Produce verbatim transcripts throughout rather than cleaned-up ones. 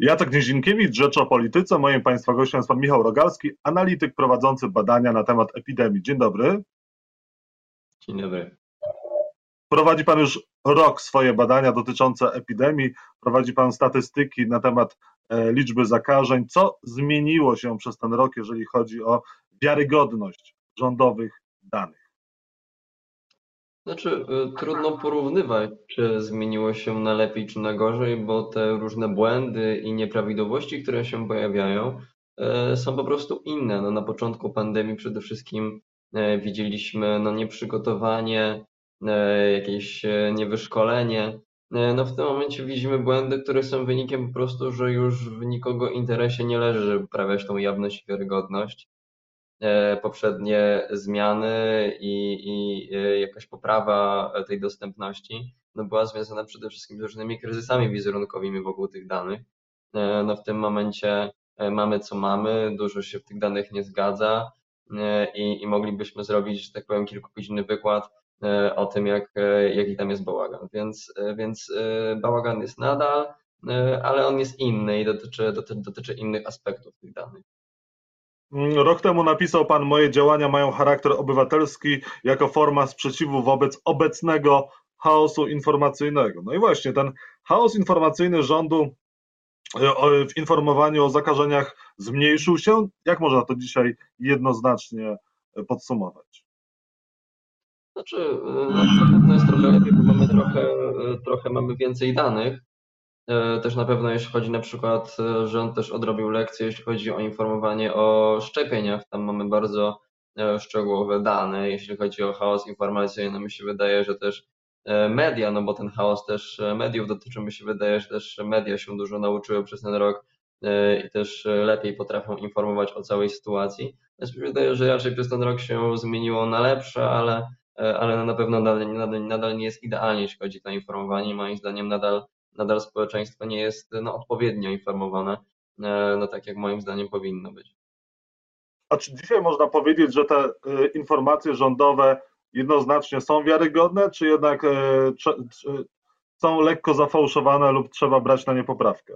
Jacek Nizinkiewicz, Rzecz o Polityce. Moim Państwa gościem jest Pan Michał Rogalski, analityk prowadzący badania na temat epidemii. Dzień dobry. Dzień dobry. Prowadzi Pan już rok swoje badania dotyczące epidemii, prowadzi Pan statystyki na temat e, liczby zakażeń. Co zmieniło się przez ten rok, jeżeli chodzi o wiarygodność rządowych danych? Znaczy, y, trudno porównywać, czy zmieniło się na lepiej, czy na gorzej, bo te różne błędy i nieprawidłowości, które się pojawiają, y, są po prostu inne. No, na początku pandemii przede wszystkim y, widzieliśmy no, nieprzygotowanie, y, jakieś y, niewyszkolenie. Y, No, w tym momencie widzimy błędy, które są wynikiem po prostu, że już w nikogo interesie nie leży, żeby poprawiać tą jawność i wiarygodność. Poprzednie zmiany i, i jakaś poprawa tej dostępności no była związana przede wszystkim z różnymi kryzysami wizerunkowymi wokół tych danych. No w tym momencie mamy co mamy, dużo się w tych danych nie zgadza i, i moglibyśmy zrobić, że tak powiem, kilkugodzinny wykład o tym, jak, jaki tam jest bałagan. Więc, więc bałagan jest nadal, ale on jest inny i dotyczy, dotyczy, dotyczy innych aspektów tych danych. Rok temu napisał Pan: moje działania mają charakter obywatelski jako forma sprzeciwu wobec obecnego chaosu informacyjnego. No i właśnie ten chaos informacyjny rządu w informowaniu o zakażeniach zmniejszył się. Jak można to dzisiaj jednoznacznie podsumować? Znaczy, na pewno jest trochę lepiej, bo mamy trochę, trochę mamy więcej danych. Też na pewno jeśli chodzi na przykład, rząd też odrobił lekcję, jeśli chodzi o informowanie o szczepieniach. Tam mamy bardzo szczegółowe dane. Jeśli chodzi o chaos informacyjny, mi się wydaje, że też media, no bo ten chaos też mediów dotyczy, mi się wydaje, że też media się dużo nauczyły przez ten rok i też lepiej potrafią informować o całej sytuacji. Więc mi się wydaje, że raczej przez ten rok się zmieniło na lepsze, ale, ale na pewno nadal, nadal, nadal nie jest idealnie, jeśli chodzi o to informowanie. Moim zdaniem nadal nadal społeczeństwo nie jest no, odpowiednio informowane, no tak jak moim zdaniem powinno być. A czy dzisiaj można powiedzieć, że te informacje rządowe jednoznacznie są wiarygodne, czy jednak są lekko zafałszowane lub trzeba brać na nie poprawkę?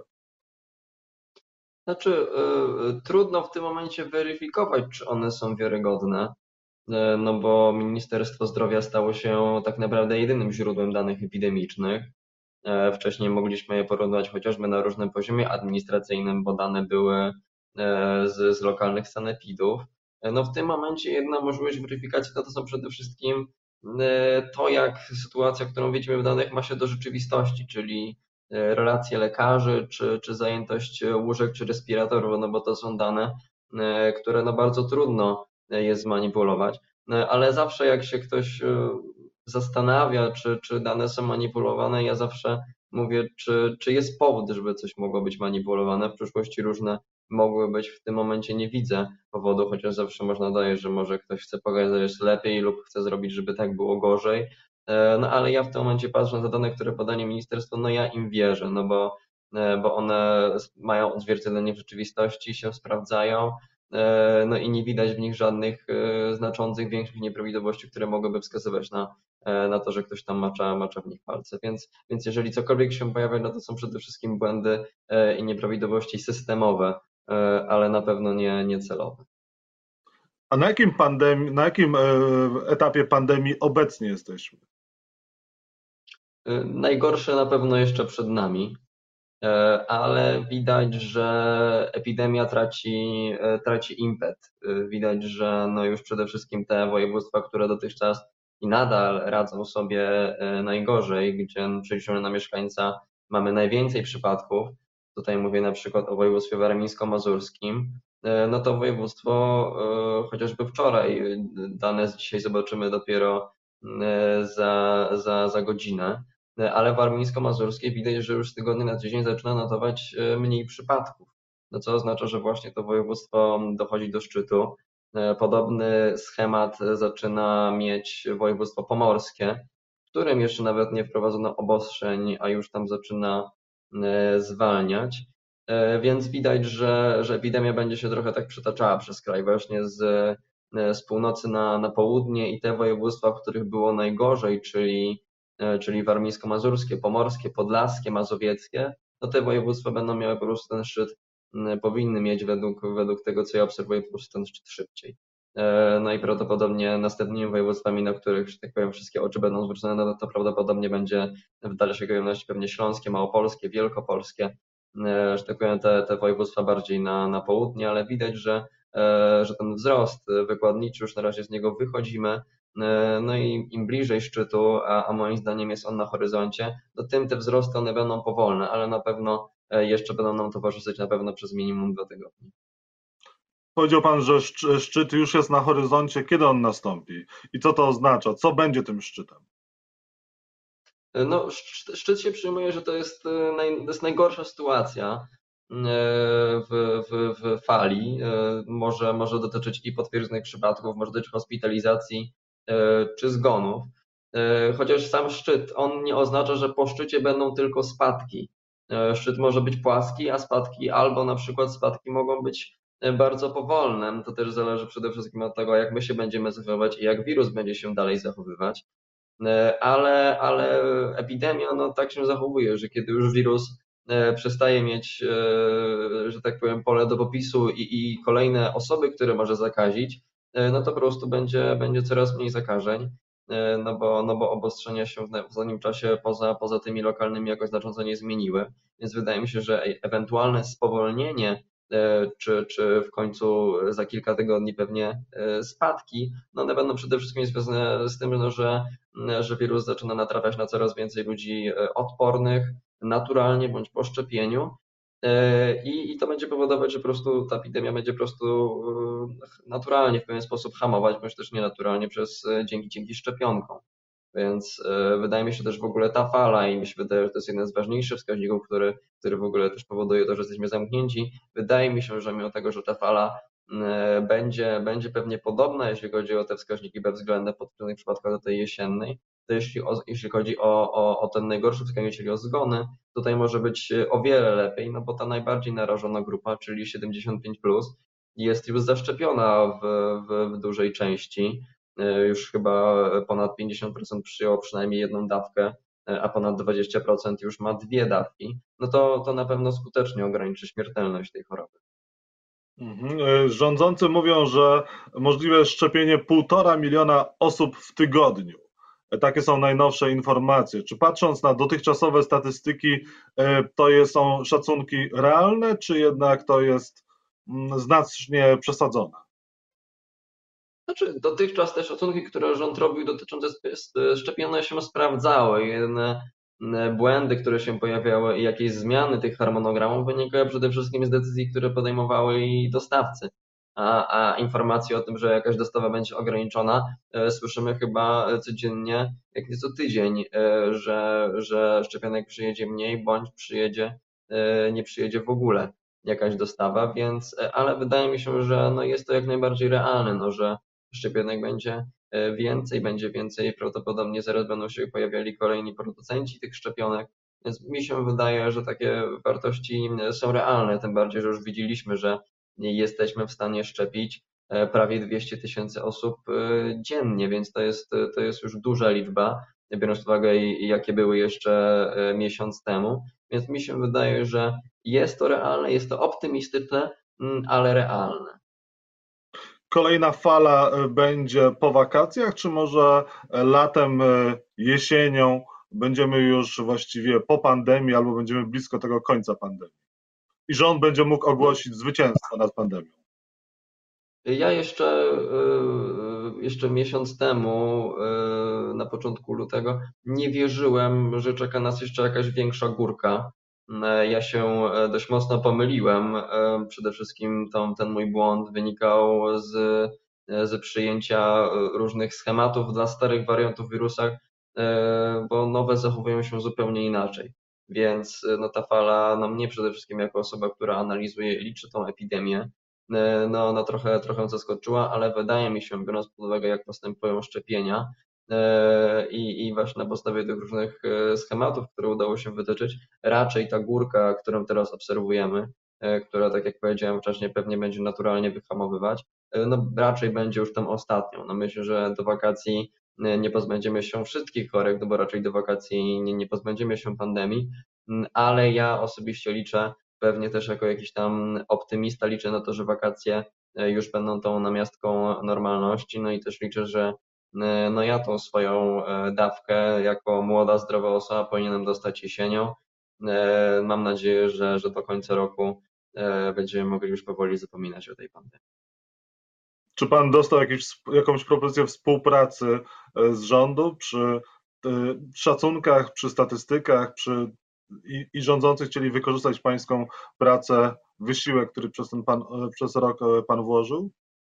Znaczy, trudno w tym momencie weryfikować, czy one są wiarygodne, no bo Ministerstwo Zdrowia stało się tak naprawdę jedynym źródłem danych epidemicznych. Wcześniej mogliśmy je porównywać chociażby na różnym poziomie administracyjnym, bo dane były z, z lokalnych sanepidów. No w tym momencie jedna możliwość weryfikacji to, to są przede wszystkim to, jak sytuacja, którą widzimy w danych, ma się do rzeczywistości, czyli relacje lekarzy, czy, czy zajętość łóżek, czy respiratorów, no bo to są dane, które no bardzo trudno jest zmanipulować, ale zawsze jak się ktoś zastanawia, czy, czy dane są manipulowane, ja zawsze mówię, czy, czy jest powód, żeby coś mogło być manipulowane. W przyszłości różne mogły być, w tym momencie nie widzę powodu, chociaż zawsze można dać, że może ktoś chce pokazać, że jest lepiej lub chce zrobić, żeby tak było gorzej. No ale ja w tym momencie patrzę na dane, które podaje ministerstwo, no ja im wierzę, no bo, bo one mają odzwierciedlenie w rzeczywistości, się sprawdzają. No i nie widać w nich żadnych znaczących, większych nieprawidłowości, które mogłyby wskazywać na, na to, że ktoś tam macza, macza w nich palce. Więc, więc jeżeli cokolwiek się pojawia, no to są przede wszystkim błędy i nieprawidłowości systemowe, ale na pewno nie, nie celowe. A na jakim, pandemii, na jakim etapie pandemii obecnie jesteśmy? Najgorsze na pewno jeszcze przed nami, ale widać, że epidemia traci, traci impet. Widać, że no już przede wszystkim te województwa, które dotychczas i nadal radzą sobie najgorzej, gdzie przeliczone na mieszkańca mamy najwięcej przypadków, tutaj mówię na przykład o województwie warmińsko-mazurskim, no to województwo chociażby wczoraj, dane z dzisiaj zobaczymy dopiero za, za, za godzinę, ale warmińsko-mazurskie widać, że już z tygodnia na tydzień zaczyna notować mniej przypadków, no co oznacza, że właśnie to województwo dochodzi do szczytu. Podobny schemat zaczyna mieć województwo pomorskie, w którym jeszcze nawet nie wprowadzono obostrzeń, a już tam zaczyna zwalniać. Więc widać, że, że epidemia będzie się trochę tak przetaczała przez kraj, właśnie z, z północy na, na południe i te województwa, w których było najgorzej, czyli, czyli warmińsko-mazurskie, pomorskie, podlaskie, mazowieckie, no te województwa będą miały po prostu ten szczyt, powinny mieć według, według tego, co ja obserwuję, po prostu ten szczyt szybciej. No i prawdopodobnie następnymi województwami, na których, że tak powiem, wszystkie oczy będą zwrócone, no to prawdopodobnie będzie w dalszej kolejności pewnie śląskie, małopolskie, wielkopolskie, że tak powiem, te, te województwa bardziej na, na południe, ale widać, że, że ten wzrost wykładniczy, już na razie z niego wychodzimy. No i im bliżej szczytu, a, a moim zdaniem jest on na horyzoncie, no tym te wzrosty one będą powolne, ale na pewno jeszcze będą nam towarzyszyć na pewno przez minimum dwa tygodnie. Powiedział Pan, że szczyt już jest na horyzoncie. Kiedy on nastąpi? I co to oznacza? Co będzie tym szczytem? No, szczyt się przyjmuje, że to jest, naj, to jest najgorsza sytuacja w, w, w fali. Może, może dotyczyć i potwierdzonych przypadków, może dotyczyć hospitalizacji czy zgonów. Chociaż sam szczyt, on nie oznacza, że po szczycie będą tylko spadki. Szczyt może być płaski, a spadki albo na przykład spadki mogą być bardzo powolne. To też zależy przede wszystkim od tego, jak my się będziemy zachowywać i jak wirus będzie się dalej zachowywać. Ale, ale epidemia no, tak się zachowuje, że kiedy już wirus przestaje mieć, że tak powiem, pole do popisu i, i kolejne osoby, które może zakazić, no to po prostu będzie, będzie coraz mniej zakażeń, no bo, no bo obostrzenia się w ostatnim czasie poza, poza tymi lokalnymi jakoś znacząco nie zmieniły, więc wydaje mi się, że ewentualne spowolnienie czy, czy w końcu za kilka tygodni pewnie spadki, no one będą przede wszystkim związane z tym, no, że, że wirus zaczyna natrafiać na coraz więcej ludzi odpornych naturalnie bądź po szczepieniu i, i to będzie powodować, że po prostu ta epidemia będzie po prostu naturalnie w pewien sposób hamować, bądź też nienaturalnie przez, dzięki, dzięki szczepionkom. Więc wydaje mi się też w ogóle ta fala i mi się wydaje, że to jest jeden z ważniejszych wskaźników, który, który w ogóle też powoduje to, że jesteśmy zamknięci. Wydaje mi się, że mimo tego, że ta fala będzie, będzie pewnie podobna, jeśli chodzi o te wskaźniki bezwzględne w poszczególnych przypadkach do tej jesiennej, to jeśli, o, jeśli chodzi o, o, o ten najgorszy wskaźnik, czyli o zgony, tutaj może być o wiele lepiej, no bo ta najbardziej narażona grupa, czyli siedemdziesiąt pięć plus, jest już zaszczepiona w, w, w dużej części. Już chyba ponad pięćdziesiąt procent przyjęło przynajmniej jedną dawkę, a ponad dwadzieścia procent już ma dwie dawki, no to, to na pewno skutecznie ograniczy śmiertelność tej choroby. Mhm. Rządzący mówią, że możliwe szczepienie półtora miliona osób w tygodniu. Takie są najnowsze informacje. Czy patrząc na dotychczasowe statystyki, to są szacunki realne, czy jednak to jest znacznie przesadzone? Znaczy, dotychczas te szacunki, które rząd robił dotyczące szczepienia się sprawdzały. Jedne błędy, które się pojawiały i jakieś zmiany tych harmonogramów wynikały przede wszystkim z decyzji, które podejmowały i dostawcy. A, a informacje o tym, że jakaś dostawa będzie ograniczona, słyszymy chyba codziennie, jak nie co tydzień, że, że szczepionek przyjedzie mniej, bądź przyjedzie, nie przyjedzie w ogóle jakaś dostawa, więc, ale wydaje mi się, że no jest to jak najbardziej realne, no, że szczepionek będzie więcej, będzie więcej, prawdopodobnie zaraz będą się pojawiali kolejni producenci tych szczepionek, więc mi się wydaje, że takie wartości są realne, tym bardziej, że już widzieliśmy, że jesteśmy w stanie szczepić prawie dwieście tysięcy osób dziennie, więc to jest, to jest już duża liczba, biorąc pod uwagę jakie były jeszcze miesiąc temu, więc mi się wydaje, że jest to realne, jest to optymistyczne, ale realne. Kolejna fala będzie po wakacjach, czy może latem, jesienią będziemy już właściwie po pandemii albo będziemy blisko tego końca pandemii i rząd będzie mógł ogłosić zwycięstwo nad pandemią? Ja jeszcze, jeszcze miesiąc temu, na początku lutego, nie wierzyłem, że czeka nas jeszcze jakaś większa górka. Ja się dość mocno pomyliłem. Przede wszystkim to, ten mój błąd wynikał z, z przyjęcia różnych schematów dla starych wariantów wirusa, bo nowe zachowują się zupełnie inaczej. Więc no, ta fala, no mnie przede wszystkim jako osoba, która analizuje i liczy tą epidemię, no, no trochę, trochę zaskoczyła, ale wydaje mi się, biorąc pod uwagę, jak postępują szczepienia i, i właśnie na podstawie tych różnych schematów, które udało się wytyczyć, raczej ta górka, którą teraz obserwujemy, która, tak jak powiedziałem wcześniej, pewnie będzie naturalnie wyhamowywać, no raczej będzie już tą ostatnią. No myślę, że do wakacji nie pozbędziemy się wszystkich chorób, no bo raczej do wakacji nie, nie pozbędziemy się pandemii, ale ja osobiście liczę, pewnie też jako jakiś tam optymista liczę na to, że wakacje już będą tą namiastką normalności, no i też liczę, że no ja tą swoją dawkę jako młoda, zdrowa osoba powinienem dostać jesienią. Mam nadzieję, że, że do końca roku będziemy mogli już powoli zapominać o tej pandemii. Czy pan dostał jakieś, jakąś propozycję współpracy z rządu przy szacunkach, przy statystykach, przy, i, i rządzący chcieli wykorzystać pańską pracę, wysiłek, który przez ten pan, przez rok pan włożył?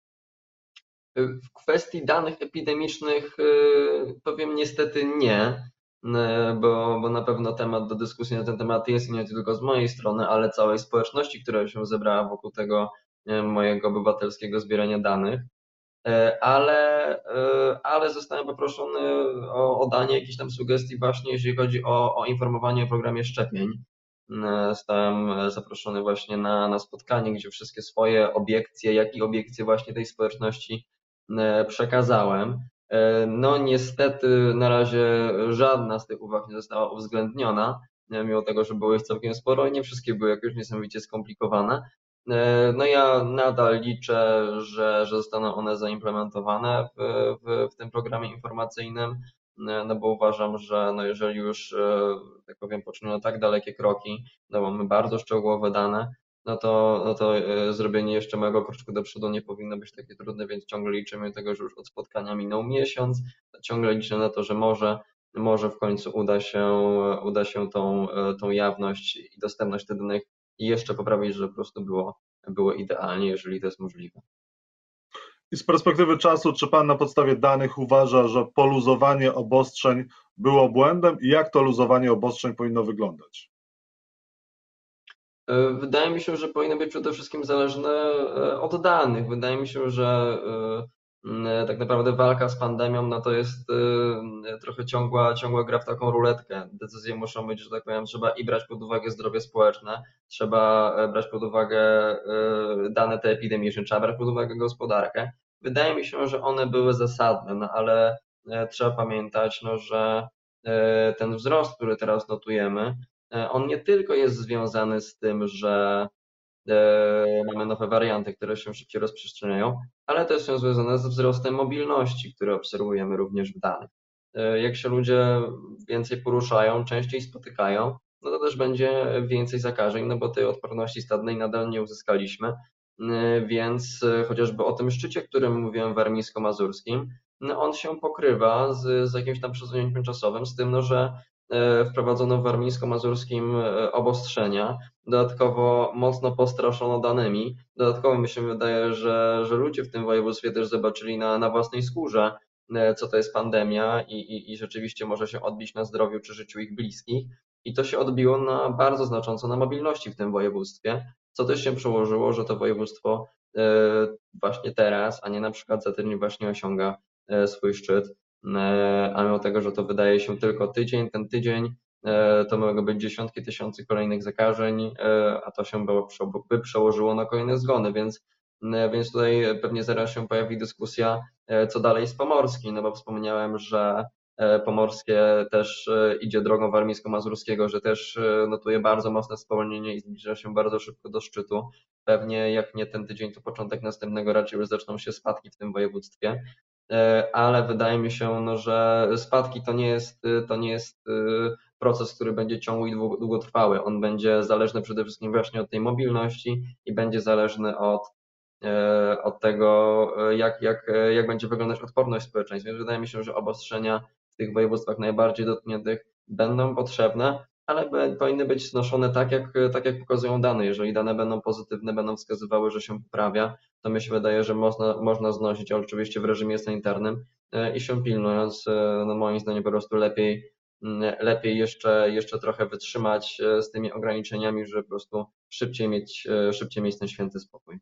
W kwestii danych epidemicznych powiem niestety nie, bo, bo na pewno temat do dyskusji na ten temat jest i nie tylko z mojej strony, ale całej społeczności, która się zebrała wokół tego mojego obywatelskiego zbierania danych. Ale, ale zostałem poproszony o, o danie jakichś tam sugestii właśnie, jeśli chodzi o, o informowanie o programie szczepień. Zostałem zaproszony właśnie na, na spotkanie, gdzie wszystkie swoje obiekcje, jak i obiekcje właśnie tej społeczności przekazałem. No niestety na razie żadna z tych uwag nie została uwzględniona, mimo tego, że było ich całkiem sporo i nie wszystkie były jakoś niesamowicie skomplikowane. No ja nadal liczę, że, że zostaną one zaimplementowane w, w, w tym programie informacyjnym, no bo uważam, że no jeżeli już, tak powiem, poczyniono tak dalekie kroki, no mamy bardzo szczegółowe dane, no to, no to zrobienie jeszcze małego kroczku do przodu nie powinno być takie trudne, więc ciągle liczymy tego, że już od spotkania minął miesiąc, ciągle liczę na to, że może, może w końcu uda się, uda się tą, tą jawność i dostępność tych danych i jeszcze poprawić, że po prostu było, było idealnie, jeżeli to jest możliwe. I z perspektywy czasu, czy pan na podstawie danych uważa, że poluzowanie obostrzeń było błędem i jak to luzowanie obostrzeń powinno wyglądać? Wydaje mi się, że powinno być przede wszystkim zależne od danych. Wydaje mi się, że tak naprawdę walka z pandemią no to jest trochę ciągła, ciągła gra w taką ruletkę. Decyzje muszą być, że tak powiem, trzeba i brać pod uwagę zdrowie społeczne, trzeba brać pod uwagę dane te epidemiczne, trzeba brać pod uwagę gospodarkę. Wydaje mi się, że one były zasadne, no ale trzeba pamiętać, no, że ten wzrost, który teraz notujemy, on nie tylko jest związany z tym, że mamy nowe warianty, które się szybciej rozprzestrzeniają, ale też są związane ze wzrostem mobilności, który obserwujemy również w danych. Jak się ludzie więcej poruszają, częściej spotykają, no to też będzie więcej zakażeń, no bo tej odporności stadnej nadal nie uzyskaliśmy, więc chociażby o tym szczycie, o którym mówiłem warmińsko-mazurskim, no on się pokrywa z, z jakimś tam przesunięciem czasowym, z tym, no, że wprowadzono w warmińsko-mazurskim obostrzenia, dodatkowo mocno postraszono danymi, dodatkowo mi się wydaje, że, że ludzie w tym województwie też zobaczyli na, na własnej skórze, co to jest pandemia i, i, i rzeczywiście może się odbić na zdrowiu czy życiu ich bliskich i to się odbiło na bardzo znacząco na mobilności w tym województwie, co też się przełożyło, że to województwo właśnie teraz, a nie na przykład za tydzień właśnie osiąga swój szczyt, a mimo tego, że to wydaje się tylko tydzień, ten tydzień to mogą być dziesiątki tysięcy kolejnych zakażeń, a to się by przełożyło na kolejne zgony, więc, więc tutaj pewnie zaraz się pojawi dyskusja, co dalej z Pomorski, no bo wspomniałem, że Pomorskie też idzie drogą warmińsko-mazurskiego, że też notuje bardzo mocne spowolnienie i zbliża się bardzo szybko do szczytu. Pewnie jak nie ten tydzień, to początek następnego raczej już zaczną się spadki w tym województwie, ale wydaje mi się, no, że spadki to nie jest, to nie jest proces, który będzie ciągły i długotrwały. On będzie zależny przede wszystkim właśnie od tej mobilności i będzie zależny od, od tego, jak, jak, jak będzie wyglądać odporność społeczeństwa. Więc wydaje mi się, że obostrzenia w tych województwach najbardziej dotkniętych będą potrzebne, ale powinny być znoszone tak jak, tak, jak pokazują dane. Jeżeli dane będą pozytywne, będą wskazywały, że się poprawia, to mi się wydaje, że można, można znosić, ale oczywiście w reżimie sanitarnym i się pilnując, no moim zdaniem po prostu lepiej, lepiej jeszcze, jeszcze trochę wytrzymać z tymi ograniczeniami, żeby po prostu szybciej mieć, szybciej mieć ten święty spokój.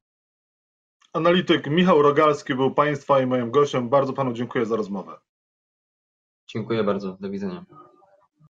Analityk Michał Rogalski był Państwa i moim gościem. Bardzo Panu dziękuję za rozmowę. Dziękuję bardzo. Do widzenia.